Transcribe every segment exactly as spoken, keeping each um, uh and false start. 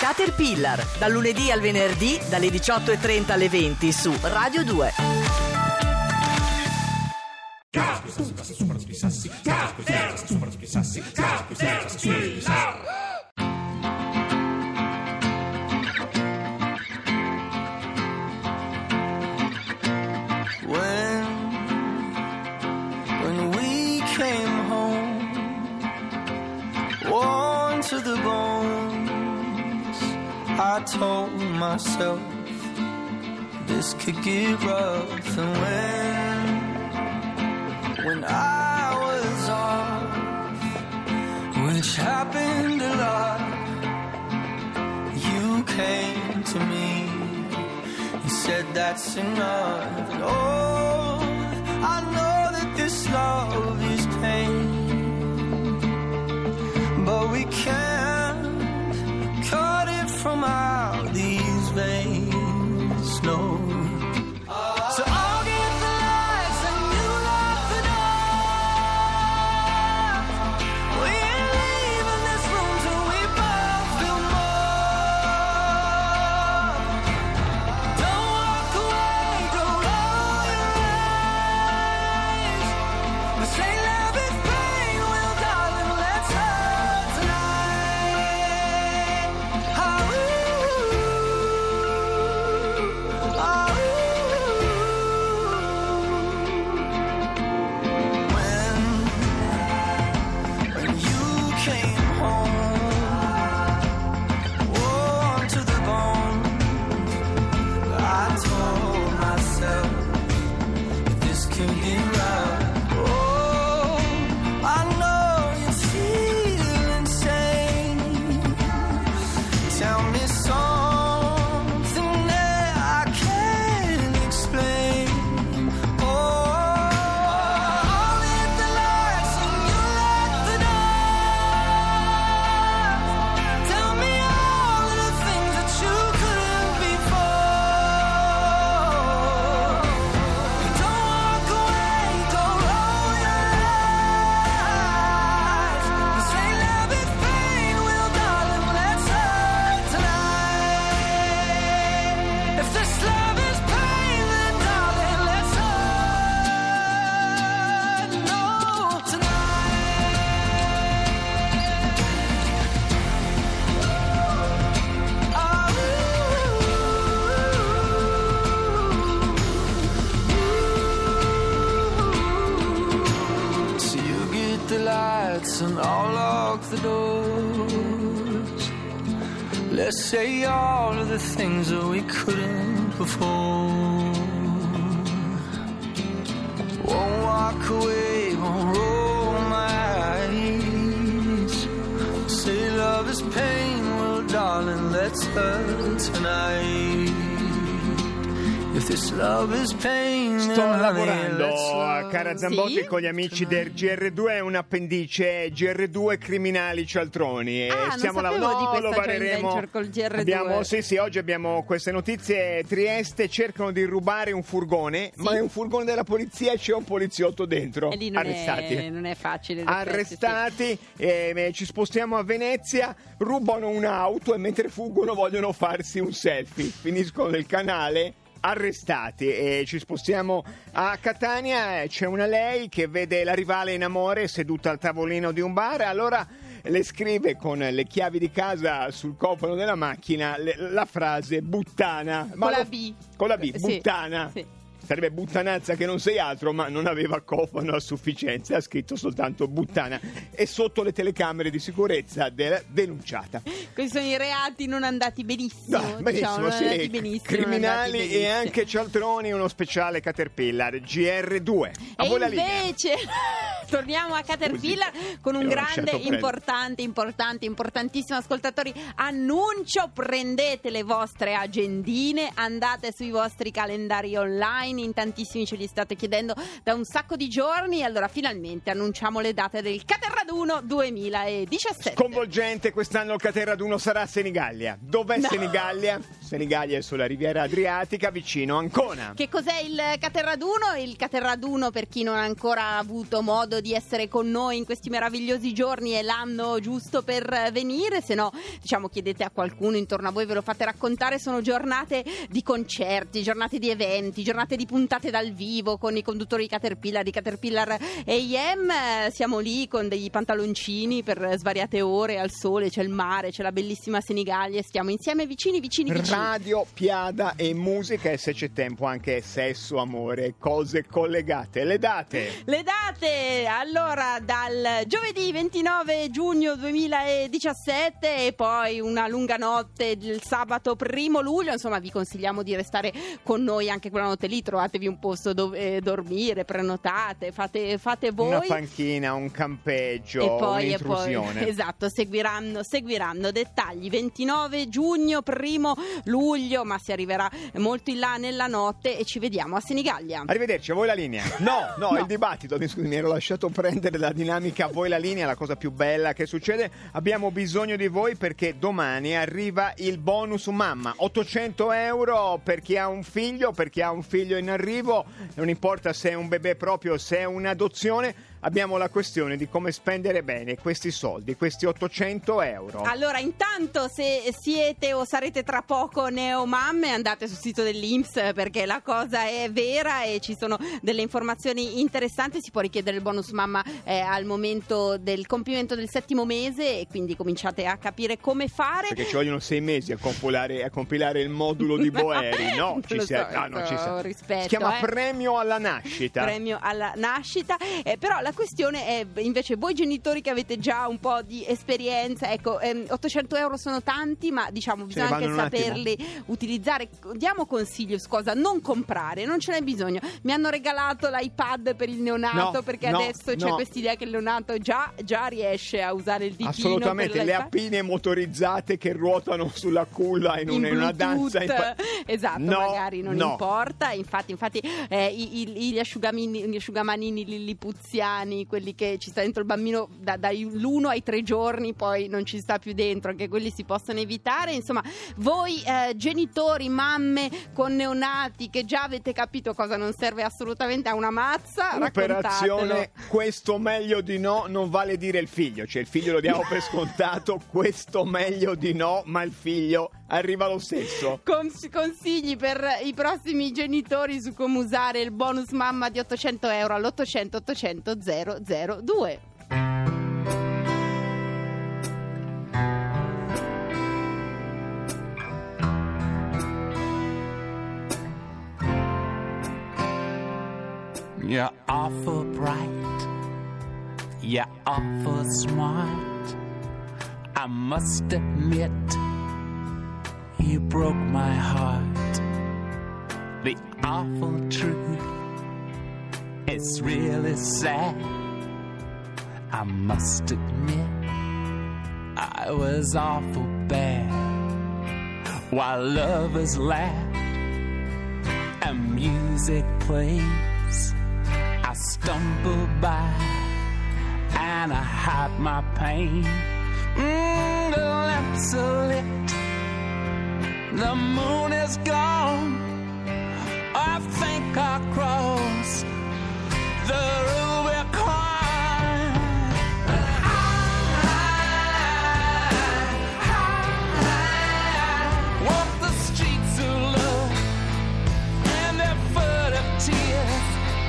Caterpillar, dal lunedì al venerdì dalle diciotto e trenta alle venti su Radio due. To the bones, I told myself this could get rough. And when, when I was off, which happened a lot, you came to me and said that's enough. And oh, I know that this love is pain, but we can't cut it from out these veins, no. So I'll get the lights and you lock the door. We ain't leaving this room till we both feel more. Don't walk away, don't roll your eyes. This ain't love, it's pain, well darling, let's hurt tonight. Oh, ooh, oh, ooh. When, when you came home, warm to the bone, I told myself this can get rough. Oh, I know you feel insane. Tell me something that I can't explain. Oh, I'll hit the lights and you lock the door. Tell me all of the things that you couldn't before. Don't walk away, don't roll your eyes. This ain't love, it's pain, well darling, let's hurt tonight. If this love is pain, then darling, let's hurt, no, tonight. So you get the lights and I'll lock the doors. Let's say all of the things that we couldn't before. Won't walk away, won't roll my eyes. Say love is pain, well darling, let's hurt tonight. If this love is pain, Sto then honey, lavorando, let's love. cara Zambotti, Sì? con gli amici del G R due, è un appendice G R due Criminali Cialtroni. E Ah, non stiamo sapevo lav- di no, questa lo joint vareremo. venture col G R due. Abbiamo, sì, sì, oggi abbiamo queste notizie. Trieste cercano di rubare un furgone, Sì. ma è un furgone della polizia e c'è un poliziotto dentro. E lì non Arrestati. è, non è facile. in effetti, Arrestati, eh, ci spostiamo a Venezia, rubano un'auto e mentre fuggono vogliono farsi un selfie. Finiscono nel canale. Arrestati. E ci spostiamo a Catania. C'è una lei che vede la rivale in amore seduta al tavolino di un bar, allora le scrive con le chiavi di casa sul cofano della macchina le- la frase buttana. Con la lo- B. Con la B, Sì, buttana. sì. Sarebbe buttanazza che non sei altro, ma non aveva cofano a sufficienza, ha scritto soltanto buttana. E sotto le telecamere di sicurezza della denunciata. Questi sono i reati non andati benissimo. No, benissimo, diciamo, non sì. andati benissimo. non Criminali andati e benissimo. anche cialtroni, uno speciale Caterpillar G R due. A E voi la linea. invece torniamo a Caterpillar con un mi ho grande, lasciato prendere. importante, importante, importantissimo ascoltatori. Annuncio: prendete le vostre agendine, andate sui vostri calendari online. In tantissimi ce li state chiedendo da un sacco di giorni. Allora finalmente annunciamo le date del Caterraduno duemiladiciassette. Sconvolgente, quest'anno il Caterraduno sarà a Senigallia. Dov'è No. Senigallia? Senigallia è sulla riviera adriatica, vicino Ancona. Che cos'è il Caterraduno? Il Caterraduno, per chi non ha ancora avuto modo di essere con noi in questi meravigliosi giorni, è l'anno giusto per venire, se no diciamo chiedete a qualcuno intorno a voi, ve lo fate raccontare. Sono giornate di concerti, giornate di eventi, giornate di puntate dal vivo con i conduttori di Caterpillar, di Caterpillar A M. Siamo lì con dei pantaloncini per svariate ore al sole, c'è il mare, c'è la bellissima Senigallia, stiamo insieme vicini vicini vicini. Radio, piada e musica, e se c'è tempo anche sesso, amore, cose collegate. Le date? Le date! Allora, dal giovedì ventinove giugno duemiladiciassette e poi una lunga notte il sabato primo luglio, insomma vi consigliamo di restare con noi anche quella notte lì, trovatevi un posto dove dormire, prenotate, fate, fate voi. Una panchina, un campeggio, e poi, un'intrusione. E poi, esatto, seguiranno, seguiranno dettagli ventinove giugno, primo luglio, ma si arriverà molto in là nella notte e ci vediamo a Senigallia. Arrivederci, a voi la linea. No, no, No. il dibattito, mi scusi, mi ero lasciato prendere la dinamica. A voi la linea, la cosa più bella che succede. Abbiamo bisogno di voi perché domani arriva il bonus mamma, ottocento euro per chi ha un figlio, per chi ha un figlio in arrivo, non importa se è un bebè proprio, se è un'adozione. Abbiamo la questione di come spendere bene questi soldi, questi ottocento euro. Allora, intanto, se siete o sarete tra poco neomamme, andate sul sito dell'I N P S perché la cosa è vera e ci sono delle informazioni interessanti. Si può richiedere il bonus mamma eh, al momento del compimento del settimo mese e quindi cominciate a capire come fare. Perché ci vogliono sei mesi a compilare, a compilare il modulo di Boeri, no? Non Ci lo si, so, no, non ci sa. rispetto, Si chiama eh. premio alla nascita. Premio alla nascita, eh, però la questione è invece voi genitori che avete già un po' di esperienza, ecco, ehm, ottocento euro sono tanti, ma diciamo Ce ne bisogna anche vanno un attimo. saperli utilizzare. Diamo consiglio su cosa non comprare, non ce n'è bisogno. Mi hanno regalato l'iPad per il neonato No, perché no, adesso c'è no. quest'idea che il neonato già, già riesce a usare il ditino. Assolutamente, per le l'iPad. appine motorizzate che ruotano sulla culla in, In una, in una Bluetooth. danza. in pa- Esatto, No, magari non no. importa. Infatti, infatti eh, i- i- gli, asciugamini, gli asciugamanini lillipuziani, quelli che ci sta dentro il bambino da, dall'uno ai tre giorni, poi non ci sta più dentro, anche quelli si possono evitare. Insomma, voi eh, genitori, mamme con neonati che già avete capito cosa non serve assolutamente a una mazza, Un'operazione, raccontatelo. questo meglio di no non vale dire il figlio, cioè il figlio lo diamo per scontato, questo meglio di no, ma il figlio arriva lo stesso. Cons- consigli per i prossimi genitori su come usare il bonus mamma di ottocento euro all'ottocento ottocento zero zero due. You're awful bright, you're awful smart. I must admit, you broke my heart. The awful truth, it's really sad. I must admit, I was awful bad. While lovers laugh and music plays, I stumble by and I hide my pain. Mm, the lamps are lit, the moon is gone. I think I'll cross the Rubicon. I walk the streets of love and they're full of tears.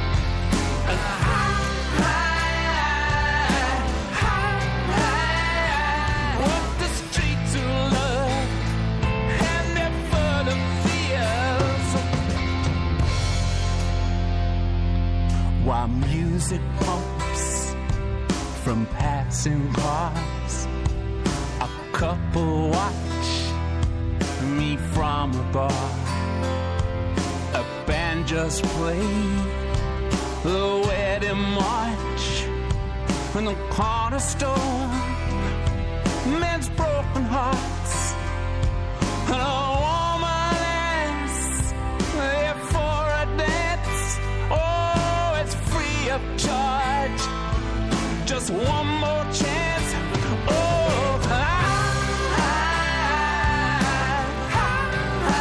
Walk the streets of love and they're full of fears. While music pumps from passing cars, a couple watch me from a bar. A band just played the wedding march in the corner store. Men's broken hearts and a woman asks there for a dance. Oh, it's free of charge, just one more chance. Oh, I, I, I,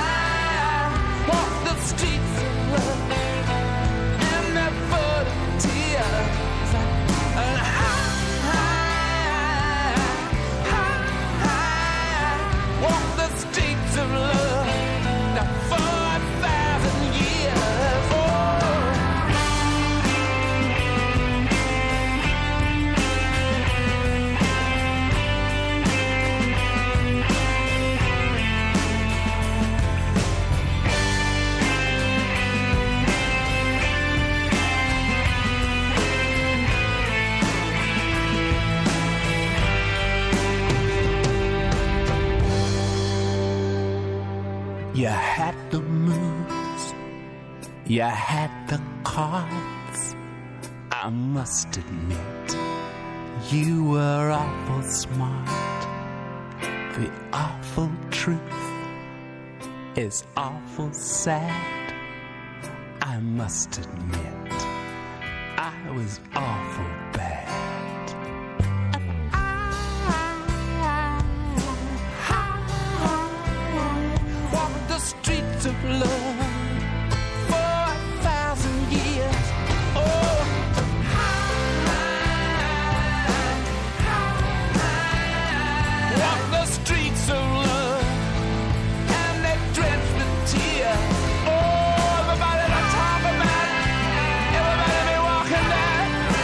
You had the moves, you had the cards. I must admit, you were awful smart. The awful truth is awful sad. I must admit, I was awful bad. Walk the streets of love for a thousand years. Oh, walk the streets of love and they drenched with tears. Oh, everybody on top of that, everybody be walking that.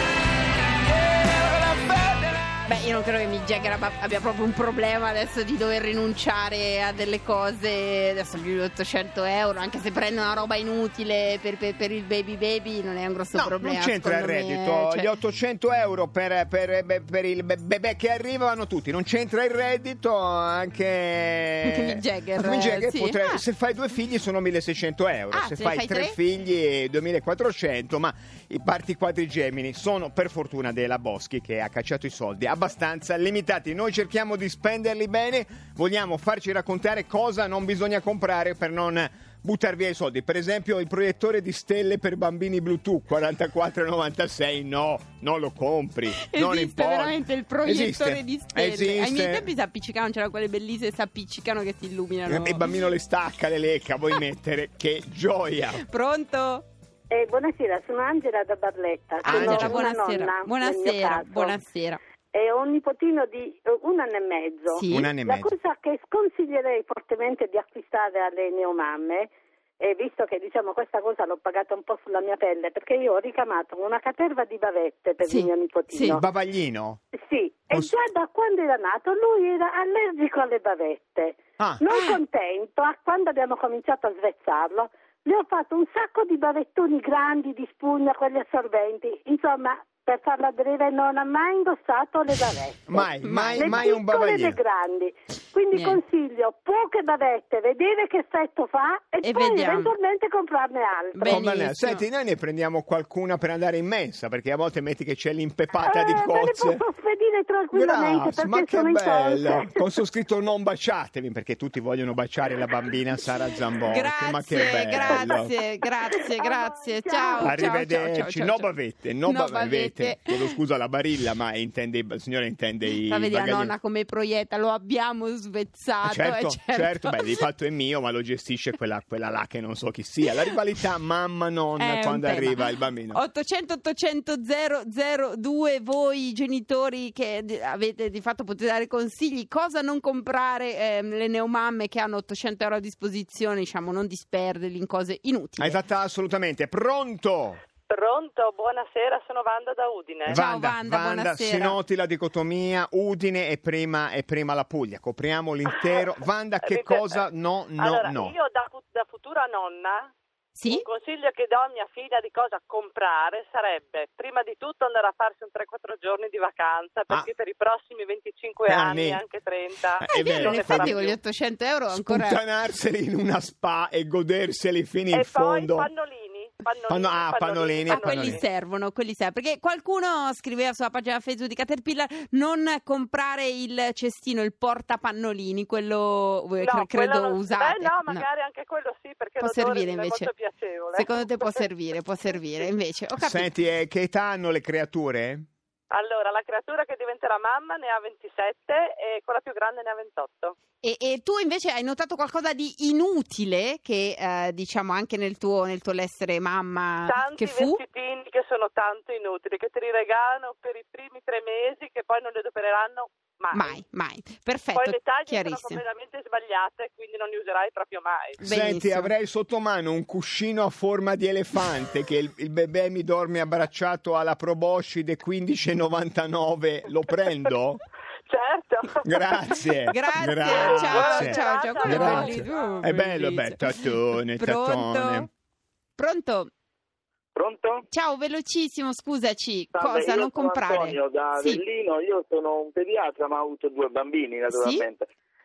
Yeah, everybody felt that. Beh, io non credo che Mick Jagger abbia abbia proprio un problema adesso di dover rinunciare a delle cose, adesso più di ottocento euro, anche se prende una roba inutile per, per, per il baby baby non è un grosso No, problema. non c'entra il secondo me, reddito, cioè- gli ottocento euro per, per, per, per il be- bebè che arrivano tutti, non c'entra il reddito anche... Anche Mick Jagger, Anche Mick Jagger sì. potre- Ah. Se fai due figli sono milleseicento euro, Ah, se se fai, fai tre tre? figli duemilaquattrocento, ma i parti quadrigemini sono per fortuna della Boschi che ha cacciato i soldi abbastanza limitati. Noi cerchiamo di spenderli bene, vogliamo farci raccontare cosa non bisogna comprare per non buttare via i soldi. Per esempio il proiettore di stelle per bambini Bluetooth quarantaquattro e novantasei, no, non lo compri, non Esiste importa. veramente il proiettore Esiste. di stelle. Esiste. Ai miei tempi si appiccicavano, c'erano quelle bellissime che si appiccicano che si illuminano. E il bambino le stacca, le lecca, vuoi mettere? Che gioia! Pronto? Eh, buonasera, sono Angela da Barletta. Sono Angela, una buonasera. nonna, nel mio Buonasera, caso. buonasera. E ho un nipotino di eh, un anno e mezzo. Sì. Un anno e La mezzo. cosa che sconsiglierei fortemente di acquistare alle neomamme, e visto che diciamo questa cosa l'ho pagata un po' sulla mia pelle, perché io ho ricamato una caterva di bavette per Sì, il mio Il nipotino. bavaglino? Sì, e Posso- già da quando era nato lui era allergico alle bavette. Ah. Non contento, a quando abbiamo cominciato a svezzarlo, le ho fatto un sacco di bavettoni grandi di spugna, quelli assorbenti. Insomma, per farla breve, non ha mai indossato le bavette. Mai, mai, le mai un piccole e le bavaglino. grandi. Quindi Niente. consiglio poche bavette, vedere che effetto fa e, E poi vediamo. eventualmente comprarne altre. Beh, Come ne- Benissimo. Senti, noi ne prendiamo qualcuna per andare in mensa, perché a volte metti che c'è l'impeppata di Eh, me le cozze. posso spedire tranquillamente Grazie, perché ma che sono in bello! colse. Con su scritto non baciatevi, perché tutti vogliono baciare la bambina Sara Zamborghi. Ma che Grazie, bello! grazie, grazie, grazie. Ciao. Ciao, ciao, Arrivederci, ciao, ciao, no ciao. bavette, no, No bavette. bavette. Chiedo scusa alla Barilla, ma intende, il signore intende i Ma vedi la bagaglini. nonna come proietta, lo abbiamo svezzato. Certo, eh, certo. certo, beh, di fatto è mio, ma lo gestisce quella, quella là che non so chi sia. La rivalità mamma-nonna È un quando tema. arriva il bambino. ottocento ottocento zero zero due, voi genitori che d- avete di fatto potete dare consigli, cosa non comprare, ehm, le neomamme che hanno ottocento euro a disposizione, diciamo non disperderli in cose inutili. Esatta, assolutamente. Pronto? Pronto, buonasera, sono Wanda da Udine. Ciao, Wanda, buonasera. si noti la dicotomia Udine e prima, e prima la Puglia. Copriamo l'intero. Wanda, che Mi- cosa? No, no, allora, no. io da, fu- da futura nonna, Sì? un consiglio che do a mia figlia di cosa comprare sarebbe, prima di tutto, andare a farsi un tre quattro giorni di vacanza, perché Ah. per i prossimi venticinque Anni. anni, anche trenta, Eh, è vero, non in ne farà effetti con più. gli ottocento euro ancora... Sputtanarseli in una spa e goderseli fino in E poi fondo. pannolini, pannolini, Panno- ah, pannolini, Ah, pannolini. quelli servono, quelli servono. Perché qualcuno scriveva sulla pagina Facebook di Caterpillar non comprare il cestino, il portapannolini, quello eh, No, cre- credo quello non- usate. Beh, no, magari anche quello sì, perché Può l'odore servire non è invece. molto piacevole. Secondo te può servire, può servire. Invece, ho capito. Senti, eh, che età hanno le creature? Allora, la creatura che diventerà mamma ne ha ventisette e quella più grande ne ha ventotto. E, e tu invece hai notato qualcosa di inutile che eh, diciamo anche nel tuo, nel tuo l'essere mamma Tanti che fu? vestitini che sono tanto inutili, che ti riregalano per i primi tre mesi, che poi non li adopereranno mai. Mai, mai. Perfetto, Poi le taglie sono chiarissimo. completamente sbagliate, quindi non li userai proprio mai. Senti, Benissimo. avrei sotto mano un cuscino a forma di elefante che il, il bebè mi dorme abbracciato alla Proboscide quindici e novantanove. Lo prendo? Certo. Grazie. Grazie, Grazie. ciao, ciao, ciao. Quello è Grazie. bello. È bello, beh, Bellissimo. tattone, tattone. Pronto? Pronto? Pronto? Ciao, velocissimo, scusaci, Salve, cosa io non sono comprare? Antonio da Sì. Avellino, io sono un pediatra ma ho avuto due bambini naturalmente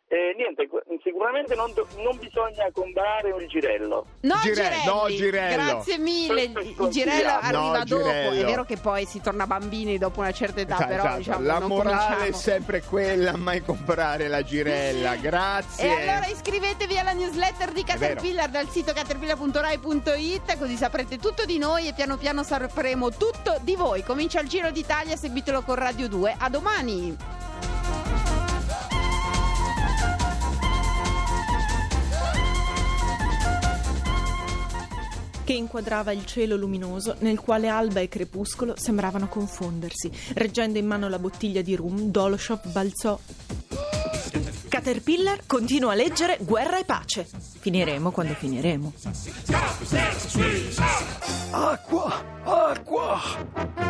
Eh, niente, sicuramente non, do- non bisogna comprare un girello. No, Gire- Girelli, no, Girello. grazie mille. Questo è Il Girello sconsigliato. arriva No, dopo. Girello. È vero che poi si torna bambini dopo una certa età, Esatto, però esatto. diciamo la non morale è cominciamo. sempre quella, mai comprare la girella. Grazie. E allora iscrivetevi alla newsletter di Caterpillar dal sito caterpillar punto rai punto it, così saprete tutto di noi e piano piano sapremo tutto di voi. Comincia il Giro d'Italia, seguitelo con Radio due. A domani! Che inquadrava il cielo luminoso nel quale alba e crepuscolo sembravano confondersi. Reggendo in mano la bottiglia di rum, Doloshov balzò. Caterpillar continua a leggere Guerra e pace. Finiremo quando finiremo. Acqua, acqua.